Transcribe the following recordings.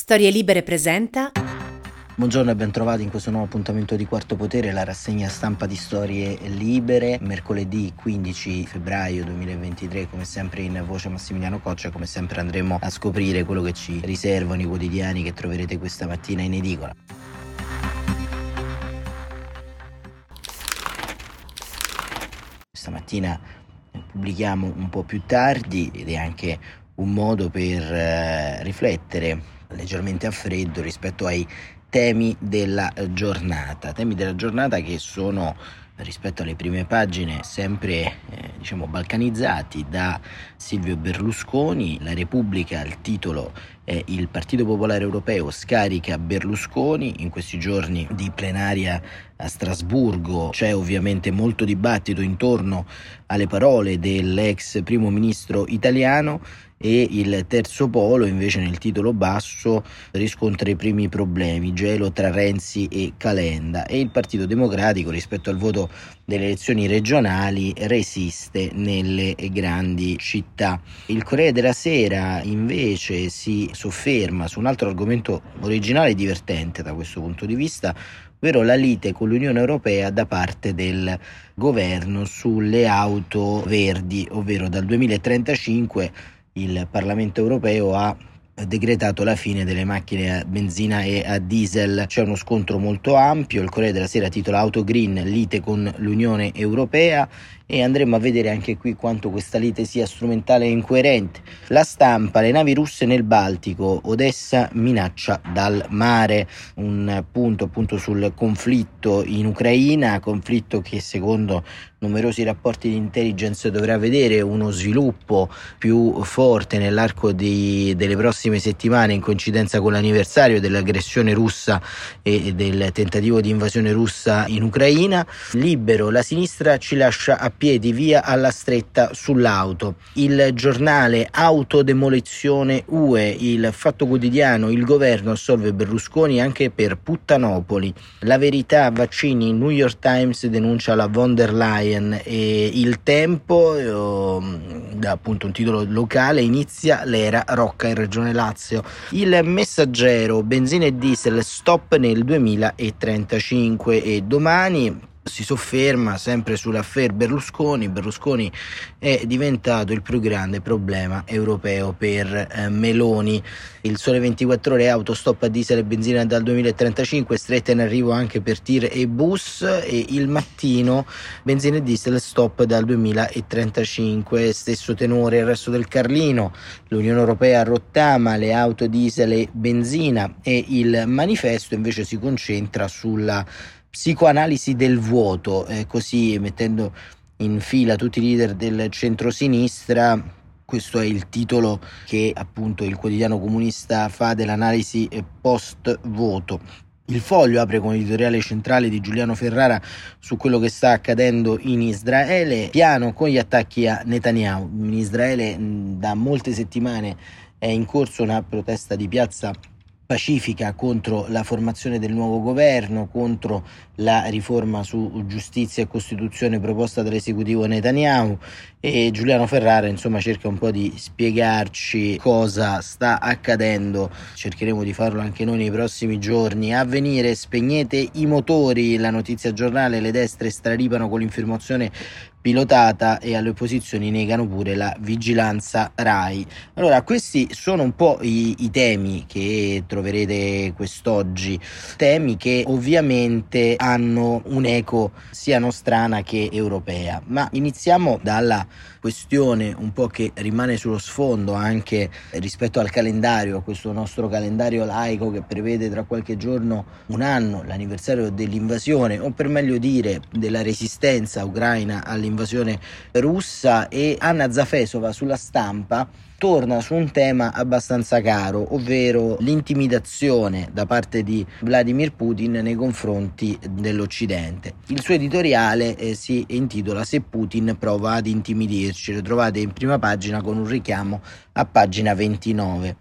Storie Libere presenta. Buongiorno e bentrovati in questo nuovo appuntamento di Quarto Potere, la rassegna stampa di Storie Libere, mercoledì 15 febbraio 2023, come sempre in voce Massimiliano Coccia. Come sempre andremo a scoprire quello che ci riservano i quotidiani che troverete questa mattina in edicola. Stamattina pubblichiamo un po' più tardi ed è anche un modo per riflettere leggermente a freddo rispetto ai temi della giornata che sono, rispetto alle prime pagine, sempre balcanizzati da Silvio Berlusconi. La Repubblica, il titolo è: il Partito Popolare Europeo scarica Berlusconi. In questi giorni di plenaria a Strasburgo c'è ovviamente molto dibattito intorno alle parole dell'ex primo ministro italiano, e il Terzo Polo invece nel titolo basso riscontra i primi problemi, gelo tra Renzi e Calenda, e il Partito Democratico rispetto al voto delle elezioni regionali resiste nelle grandi città. Il Corriere della Sera invece si sofferma su un altro argomento originale e divertente da questo punto di vista, ovvero la lite con l'Unione Europea da parte del governo sulle auto verdi, ovvero dal 2035 il Parlamento europeo ha decretato la fine delle macchine a benzina e a diesel. C'è uno scontro molto ampio. Il Corriere della Sera titola Auto Green, lite con l'Unione Europea, e andremo a vedere anche qui quanto questa lite sia strumentale e incoerente. La Stampa: le navi russe nel Baltico, Odessa minaccia dal mare. Un punto appunto sul conflitto in Ucraina, conflitto che secondo numerosi rapporti di intelligence dovrà vedere uno sviluppo più forte nell'arco delle prossime settimane, in coincidenza con l'anniversario dell'aggressione russa e del tentativo di invasione russa in Ucraina. Libero: la sinistra ci lascia a piedi, via alla stretta sull'auto. Il Giornale: autodemolizione UE. Il Fatto Quotidiano: il governo assolve Berlusconi anche per Puttanopoli. La Verità: vaccini, New York Times denuncia la von der Leyen. E Il Tempo, da appunto un titolo locale: inizia l'era Rocca in Regione Lazio. Il Messaggero: benzina e diesel, stop nel 2035. E Domani si sofferma sempre sull'affaire Berlusconi. Berlusconi è diventato il più grande problema europeo per Meloni. Il Sole 24 Ore: autostop a diesel e benzina dal 2035, stretta in arrivo anche per tir e bus. E Il Mattino: benzina e diesel, stop dal 2035. Stesso tenore il Resto del Carlino: l'Unione Europea rottama le auto diesel e benzina. E Il Manifesto invece si concentra sulla psicoanalisi del vuoto, così mettendo in fila tutti i leader del centrosinistra. Questo è il titolo che appunto il quotidiano comunista fa dell'analisi post voto. Il Foglio apre con l'editoriale centrale di Giuliano Ferrara su quello che sta accadendo in Israele. Piano con gli attacchi a Netanyahu. In Israele da molte settimane è in corso una protesta di piazza pacifica contro la formazione del nuovo governo, contro la riforma su giustizia e costituzione proposta dall'esecutivo Netanyahu, e Giuliano Ferrara cerca un po' di spiegarci cosa sta accadendo. Cercheremo di farlo anche noi nei prossimi giorni. Avvenire: spegnete i motori. La Notizia Giornale: le destre straripano con l'informazione pilotata e alle opposizioni negano pure la vigilanza RAI. Allora, questi sono un po' i temi che troverete quest'oggi, temi che ovviamente hanno un'eco sia nostrana che europea, ma iniziamo dalla questione un po' che rimane sullo sfondo anche rispetto al calendario, a questo nostro calendario laico che prevede tra qualche giorno un anno, l'anniversario dell'invasione, o per meglio dire della resistenza ucraina all'invasione russa. E Anna Zafesova sulla Stampa torna su un tema abbastanza caro, ovvero l'intimidazione da parte di Vladimir Putin nei confronti dell'Occidente. Il suo editoriale si intitola Se Putin prova ad intimidirci. Lo trovate in prima pagina con un richiamo a pagina 29.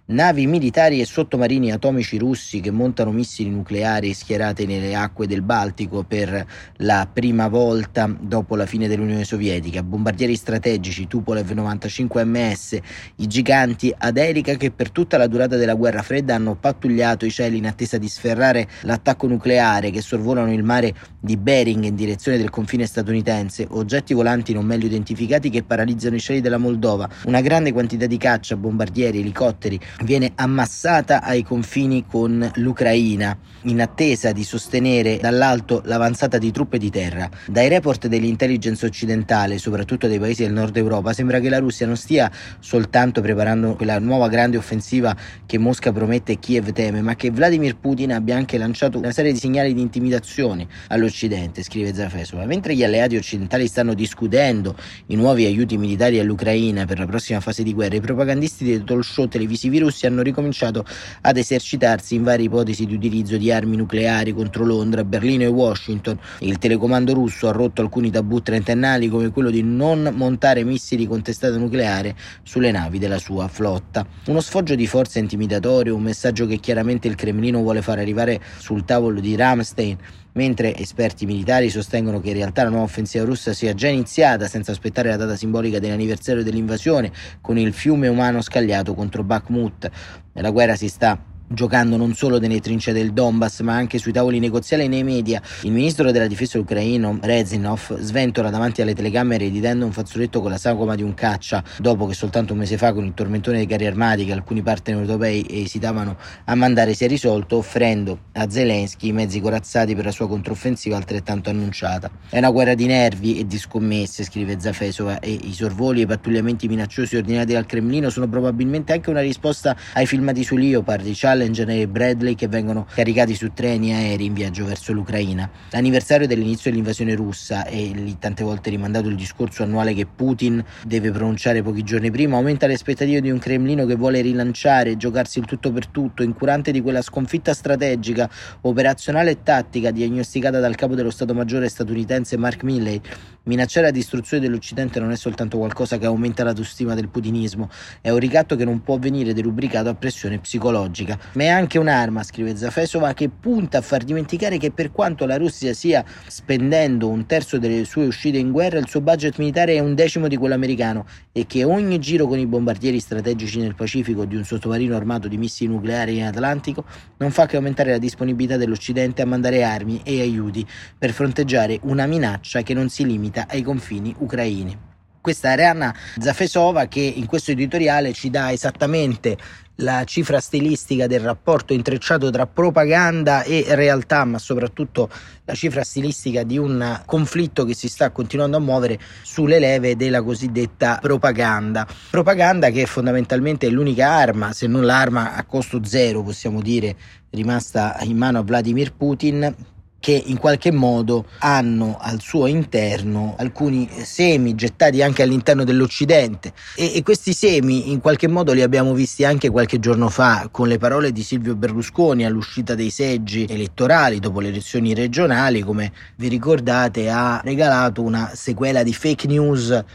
navi militari e sottomarini atomici russi che montano missili nucleari schierate nelle acque del Baltico per la prima volta dopo la fine dell'Unione Sovietica, bombardieri strategici Tupolev 95 MS, i giganti ad elica che per tutta la durata della guerra fredda hanno pattugliato i cieli in attesa di sferrare l'attacco nucleare, che sorvolano il mare di Bering in direzione del confine statunitense, oggetti volanti non meglio identificati che paralizzano i cieli della Moldova, una grande quantità di caccia, bombardieri, elicotteri viene ammassata ai confini con l'Ucraina in attesa di sostenere dall'alto l'avanzata di truppe di terra. Dai report dell'intelligence occidentale, soprattutto dei paesi del nord Europa, sembra che la Russia non stia soltanto preparando quella nuova grande offensiva che Mosca promette e Kiev teme, ma che Vladimir Putin abbia anche lanciato una serie di segnali di intimidazione all'Occidente, scrive Zafesova. Mentre gli alleati occidentali stanno discutendo i nuovi aiuti militari all'Ucraina per la prossima fase di guerra, i propagandisti dei talk show televisivi russi hanno ricominciato ad esercitarsi in varie ipotesi di utilizzo di armi nucleari contro Londra, Berlino e Washington. Il telecomando russo ha rotto alcuni tabù trentennali come quello di non montare missili con testata nucleare sulle navi della sua flotta. Uno sfoggio di forza intimidatorio, un messaggio che chiaramente il Cremlino vuole far arrivare sul tavolo di Ramstein, mentre esperti militari sostengono che in realtà la nuova offensiva russa sia già iniziata senza aspettare la data simbolica dell'anniversario dell'invasione, con il fiume umano scagliato contro Bakhmut. La guerra si sta giocando non solo nelle trincee del Donbass ma anche sui tavoli negoziali e nei media. Il ministro della difesa ucraino Reznikov sventola davanti alle telecamere ridendo un fazzoletto con la sagoma di un caccia, dopo che soltanto un mese fa con il tormentone dei carri armati che alcuni partner europei esitavano a mandare si è risolto, offrendo a Zelensky i mezzi corazzati per la sua controffensiva altrettanto annunciata. È una guerra di nervi e di scommesse, scrive Zafesova, e i sorvoli e i pattugliamenti minacciosi ordinati dal Cremlino sono probabilmente anche una risposta ai filmati su Leopard, Challenger e Bradley che vengono caricati su treni e aerei in viaggio verso l'Ucraina. L'anniversario dell'inizio dell'invasione russa e lì tante volte rimandato il discorso annuale che Putin deve pronunciare pochi giorni prima aumenta le aspettative di un Cremlino che vuole rilanciare e giocarsi il tutto per tutto, incurante di quella sconfitta strategica, operazionale e tattica diagnosticata dal capo dello Stato Maggiore statunitense Mark Milley. Minacciare la distruzione dell'Occidente non è soltanto qualcosa che aumenta l'autostima del putinismo, è un ricatto che non può venire derubricato a pressione psicologica, ma è anche un'arma, scrive Zafesova, che punta a far dimenticare che per quanto la Russia stia spendendo un terzo delle sue uscite in guerra, il suo budget militare è un decimo di quello americano e che ogni giro con i bombardieri strategici nel Pacifico o di un sottomarino armato di missili nucleari in Atlantico non fa che aumentare la disponibilità dell'Occidente a mandare armi e aiuti per fronteggiare una minaccia che non si limita ai confini ucraini. Questa è Arianna Zafesova che in questo editoriale ci dà esattamente la cifra stilistica del rapporto intrecciato tra propaganda e realtà, ma soprattutto la cifra stilistica di un conflitto che si sta continuando a muovere sulle leve della cosiddetta propaganda. Propaganda che fondamentalmente è l'unica arma, se non l'arma a costo zero, possiamo dire, rimasta in mano a Vladimir Putin, che in qualche modo hanno al suo interno alcuni semi gettati anche all'interno dell'Occidente e questi semi in qualche modo li abbiamo visti anche qualche giorno fa con le parole di Silvio Berlusconi all'uscita dei seggi elettorali dopo le elezioni regionali. Come vi ricordate, ha regalato una sequela di fake news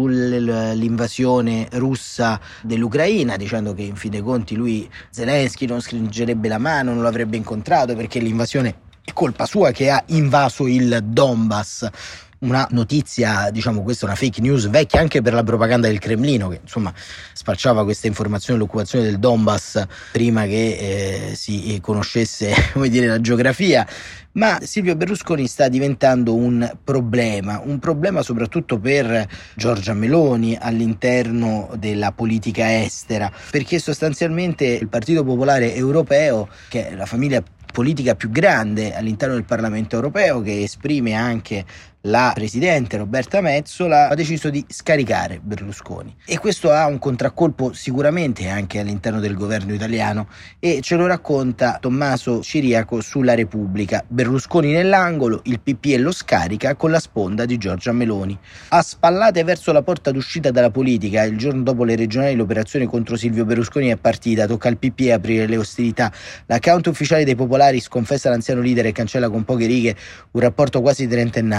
sull'invasione russa dell'Ucraina, dicendo che in fin dei conti lui, Zelensky, non stringerebbe la mano, non l'avrebbe incontrato perché l'invasione è colpa sua che ha invaso il Donbass. Una notizia, diciamo, questa è una fake news vecchia anche per la propaganda del Cremlino, che insomma spacciava questa informazione dell'occupazione del Donbass prima che si conoscesse, come dire, la geografia. Ma Silvio Berlusconi sta diventando un problema soprattutto per Giorgia Meloni all'interno della politica estera, perché sostanzialmente il Partito Popolare Europeo, che è la famiglia politica più grande all'interno del Parlamento europeo, che esprime anche la presidente Roberta Metsola, ha deciso di scaricare Berlusconi e questo ha un contraccolpo sicuramente anche all'interno del governo italiano e ce lo racconta Tommaso Ciriaco sulla Repubblica. Berlusconi nell'angolo, il PPE lo scarica con la sponda di Giorgia Meloni. A spallate verso la porta d'uscita dalla politica, il giorno dopo le regionali l'operazione contro Silvio Berlusconi è partita, tocca al PPE aprire le ostilità. L'account ufficiale dei Popolari sconfessa l'anziano leader e cancella con poche righe un rapporto quasi trentennale.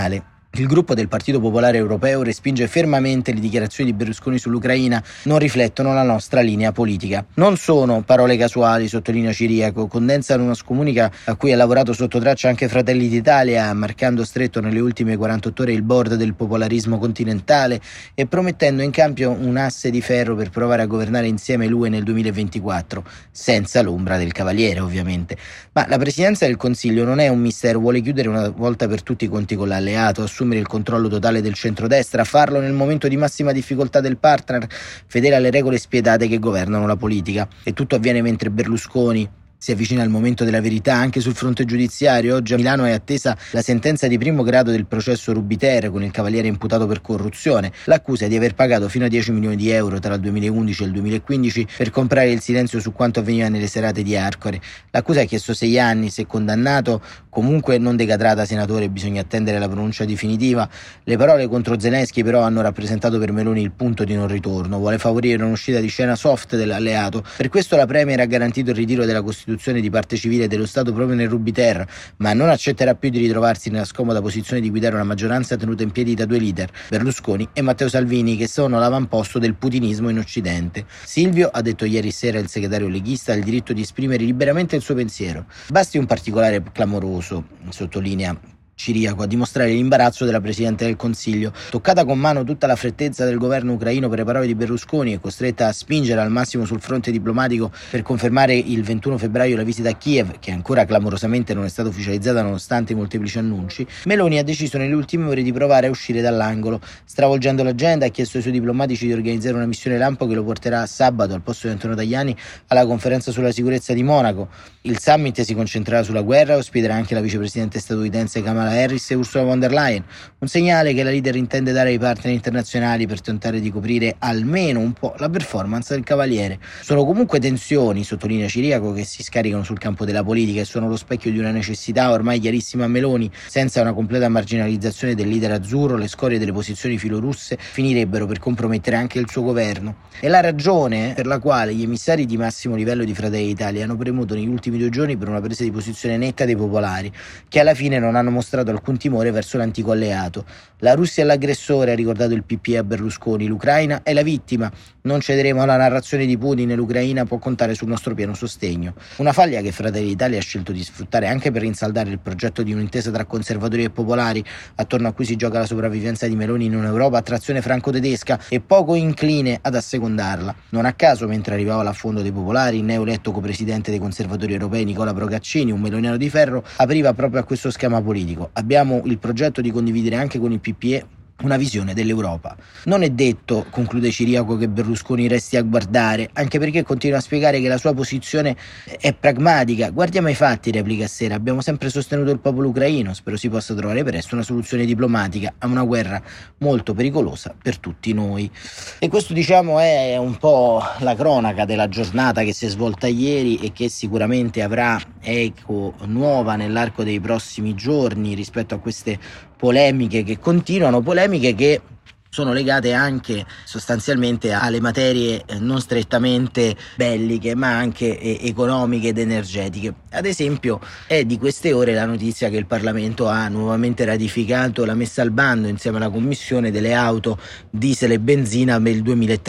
Il gruppo del Partito Popolare Europeo respinge fermamente le dichiarazioni di Berlusconi sull'Ucraina, non riflettono la nostra linea politica. Non sono parole casuali, sottolinea Ciriaco, condensano una scomunica a cui ha lavorato sotto traccia anche Fratelli d'Italia, marcando stretto nelle ultime 48 ore il board del popolarismo continentale e promettendo in cambio un asse di ferro per provare a governare insieme l'UE nel 2024, senza l'ombra del cavaliere ovviamente. Ma la Presidenza del Consiglio non è un mistero, vuole chiudere una volta per tutti i conti con l'alleato, assumere il controllo totale del centrodestra, farlo nel momento di massima difficoltà del partner, fedele alle regole spietate che governano la politica. E tutto avviene mentre Berlusconi si avvicina al momento della verità anche sul fronte giudiziario. Oggi a Milano è attesa la sentenza di primo grado del processo Rubiter con il cavaliere imputato per corruzione. L'accusa è di aver pagato fino a 10 milioni di euro tra il 2011 e il 2015 per comprare il silenzio su quanto avveniva nelle serate di Arcore. L'accusa ha chiesto 6 anni, se condannato comunque non decadrà da senatore, bisogna attendere la pronuncia definitiva. Le parole contro Zelensky però hanno rappresentato per Meloni il punto di non ritorno, vuole favorire un'uscita di scena soft dell'alleato. Per questo la Premier ha garantito il ritiro della Costituzione di parte civile dello Stato proprio nel Rubiter, ma non accetterà più di ritrovarsi nella scomoda posizione di guidare una maggioranza tenuta in piedi da 2 leader, Berlusconi e Matteo Salvini, che sono l'avamposto del putinismo in Occidente. Silvio, ha detto ieri sera il segretario leghista, ha il diritto di esprimere liberamente il suo pensiero. Basti un particolare clamoroso, sottolinea Ciriaco, a dimostrare l'imbarazzo della Presidente del Consiglio. Toccata con mano tutta la frettezza del governo ucraino per le parole di Berlusconi e costretta a spingere al massimo sul fronte diplomatico per confermare il 21 febbraio la visita a Kiev, che ancora clamorosamente non è stata ufficializzata nonostante i molteplici annunci, Meloni ha deciso nelle ultime ore di provare a uscire dall'angolo. Stravolgendo l'agenda, ha chiesto ai suoi diplomatici di organizzare una missione lampo che lo porterà sabato al posto di Antonio Tajani alla conferenza sulla sicurezza di Monaco. Il summit si concentrerà sulla guerra e ospiterà anche la vicepresidente statunitense Kamala Harris e Ursula von der Leyen, un segnale che la leader intende dare ai partner internazionali per tentare di coprire almeno un po' la performance del cavaliere. Sono comunque tensioni, sottolinea Ciriaco, che si scaricano sul campo della politica e sono lo specchio di una necessità ormai chiarissima a Meloni. Senza una completa marginalizzazione del leader azzurro, le scorie delle posizioni filorusse finirebbero per compromettere anche il suo governo. È la ragione per la quale gli emissari di massimo livello di Fratelli d'Italia hanno premuto negli ultimi 2 giorni per una presa di posizione netta dei popolari, che alla fine non hanno mostrato alcun timore verso l'antico alleato. La Russia è l'aggressore, ha ricordato il PPE a Berlusconi, l'Ucraina è la vittima. Non cederemo alla narrazione di Putin e l'Ucraina può contare sul nostro pieno sostegno. Una faglia che Fratelli d'Italia ha scelto di sfruttare anche per rinsaldare il progetto di un'intesa tra conservatori e popolari, attorno a cui si gioca la sopravvivenza di Meloni in un'Europa a trazione franco-tedesca e poco incline ad assecondarla. Non a caso, mentre arrivava l'affondo dei popolari, il neoeletto copresidente dei conservatori europei Nicola Procaccini, un meloniano di ferro, apriva proprio a questo schema politico. Abbiamo il progetto di condividere anche con il PPE una visione dell'Europa. Non è detto, conclude Ciriaco, che Berlusconi resti a guardare, anche perché continua a spiegare che la sua posizione è pragmatica. Guardiamo ai fatti, replica a sera, abbiamo sempre sostenuto il popolo ucraino, spero si possa trovare presto una soluzione diplomatica a una guerra molto pericolosa per tutti noi. E questo, diciamo, è un po' la cronaca della giornata che si è svolta ieri e che sicuramente avrà eco nuova nell'arco dei prossimi giorni rispetto a queste polemiche che continuano, polemiche che sono legate anche sostanzialmente alle materie non strettamente belliche ma anche economiche ed energetiche. Ad esempio è di queste ore la notizia che il Parlamento ha nuovamente ratificato la messa al bando insieme alla Commissione delle auto diesel e benzina per il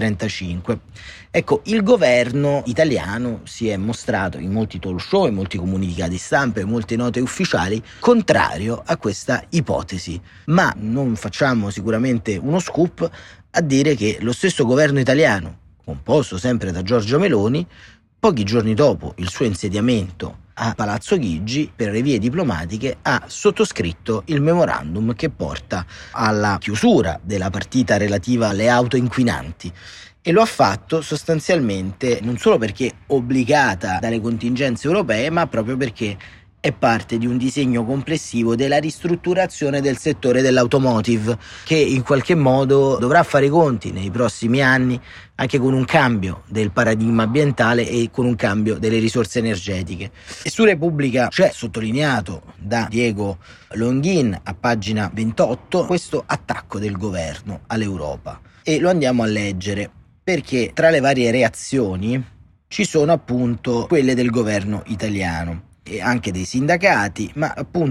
2035. Ecco, il governo italiano si è mostrato in molti talk show, in molti comunicati stampa e molte note ufficiali contrario a questa ipotesi, ma non facciamo sicuramente uno scoop a dire che lo stesso governo italiano, composto sempre da Giorgia Meloni, pochi giorni dopo il suo insediamento a Palazzo Chigi per le vie diplomatiche ha sottoscritto il memorandum che porta alla chiusura della partita relativa alle auto inquinanti. E lo ha fatto sostanzialmente non solo perché obbligata dalle contingenze europee, ma proprio perché è parte di un disegno complessivo della ristrutturazione del settore dell'automotive, che in qualche modo dovrà fare i conti nei prossimi anni anche con un cambio del paradigma ambientale e con un cambio delle risorse energetiche. E su Repubblica c'è sottolineato da Diego Longhin a pagina 28 questo attacco del governo all'Europa, e lo andiamo a leggere perché tra le varie reazioni ci sono appunto quelle del governo italiano e anche dei sindacati, ma appunto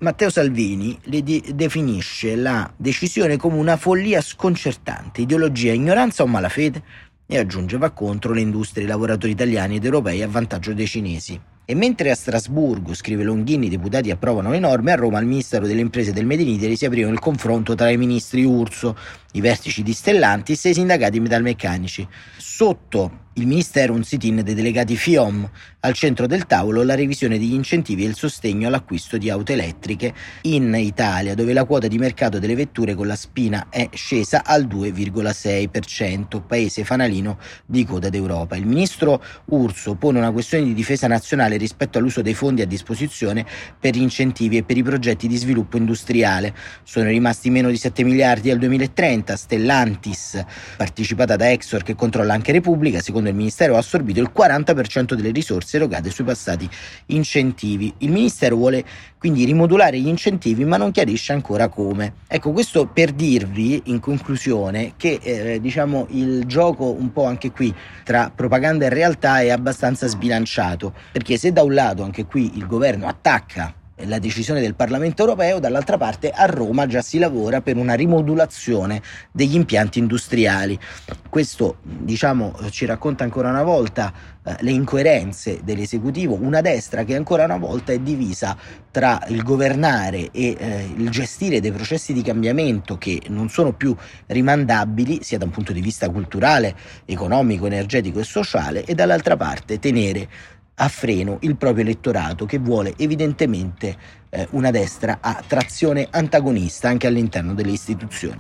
Matteo Salvini definisce la decisione come una follia sconcertante, ideologia, ignoranza o malafede, e aggiunge va contro le industrie, i lavoratori italiani ed europei a vantaggio dei cinesi. E mentre a Strasburgo, scrive Longhini, i deputati approvano le norme, a Roma al Ministero delle Imprese e del Made in Italy si apriva il confronto tra i ministri Urso, i vertici di Stellantis e i sindacati metalmeccanici. Sotto il Ministero un sit-in dei delegati FIOM, al centro del tavolo la revisione degli incentivi e il sostegno all'acquisto di auto elettriche in Italia, dove la quota di mercato delle vetture con la spina è scesa al 2,6%, paese fanalino di coda d'Europa. Il ministro Urso pone una questione di difesa nazionale rispetto all'uso dei fondi a disposizione per gli incentivi e per i progetti di sviluppo industriale. Sono rimasti meno di 7 miliardi al 2030. Stellantis, partecipata da Exor che controlla anche Repubblica, secondo il Ministero ha assorbito il 40% delle risorse erogate sui passati incentivi. Il Ministero vuole quindi rimodulare gli incentivi, ma non chiarisce ancora come. Ecco, questo per dirvi in conclusione che il gioco un po' anche qui tra propaganda e realtà è abbastanza sbilanciato, perché se da un lato anche qui il governo attacca la decisione del Parlamento europeo, dall'altra parte a Roma già si lavora per una rimodulazione degli impianti industriali. Questo ci racconta ancora una volta le incoerenze dell'esecutivo, una destra che ancora una volta è divisa tra il governare e il gestire dei processi di cambiamento che non sono più rimandabili sia da un punto di vista culturale, economico, energetico e sociale, e dall'altra parte tenere a freno il proprio elettorato che vuole evidentemente una destra a trazione antagonista anche all'interno delle istituzioni.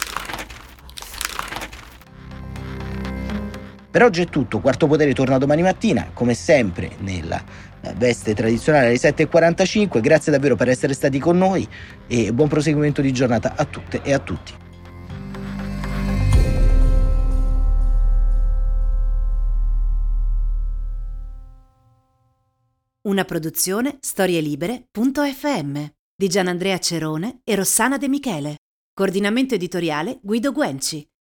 Per oggi è tutto, Quarto Potere torna domani mattina, come sempre nella veste tradizionale alle 7:45. Grazie davvero per essere stati con noi e buon proseguimento di giornata a tutte e a tutti. Una produzione storielibere.fm di Gianandrea Cerone e Rossana De Michele. Coordinamento editoriale Guido Guenci.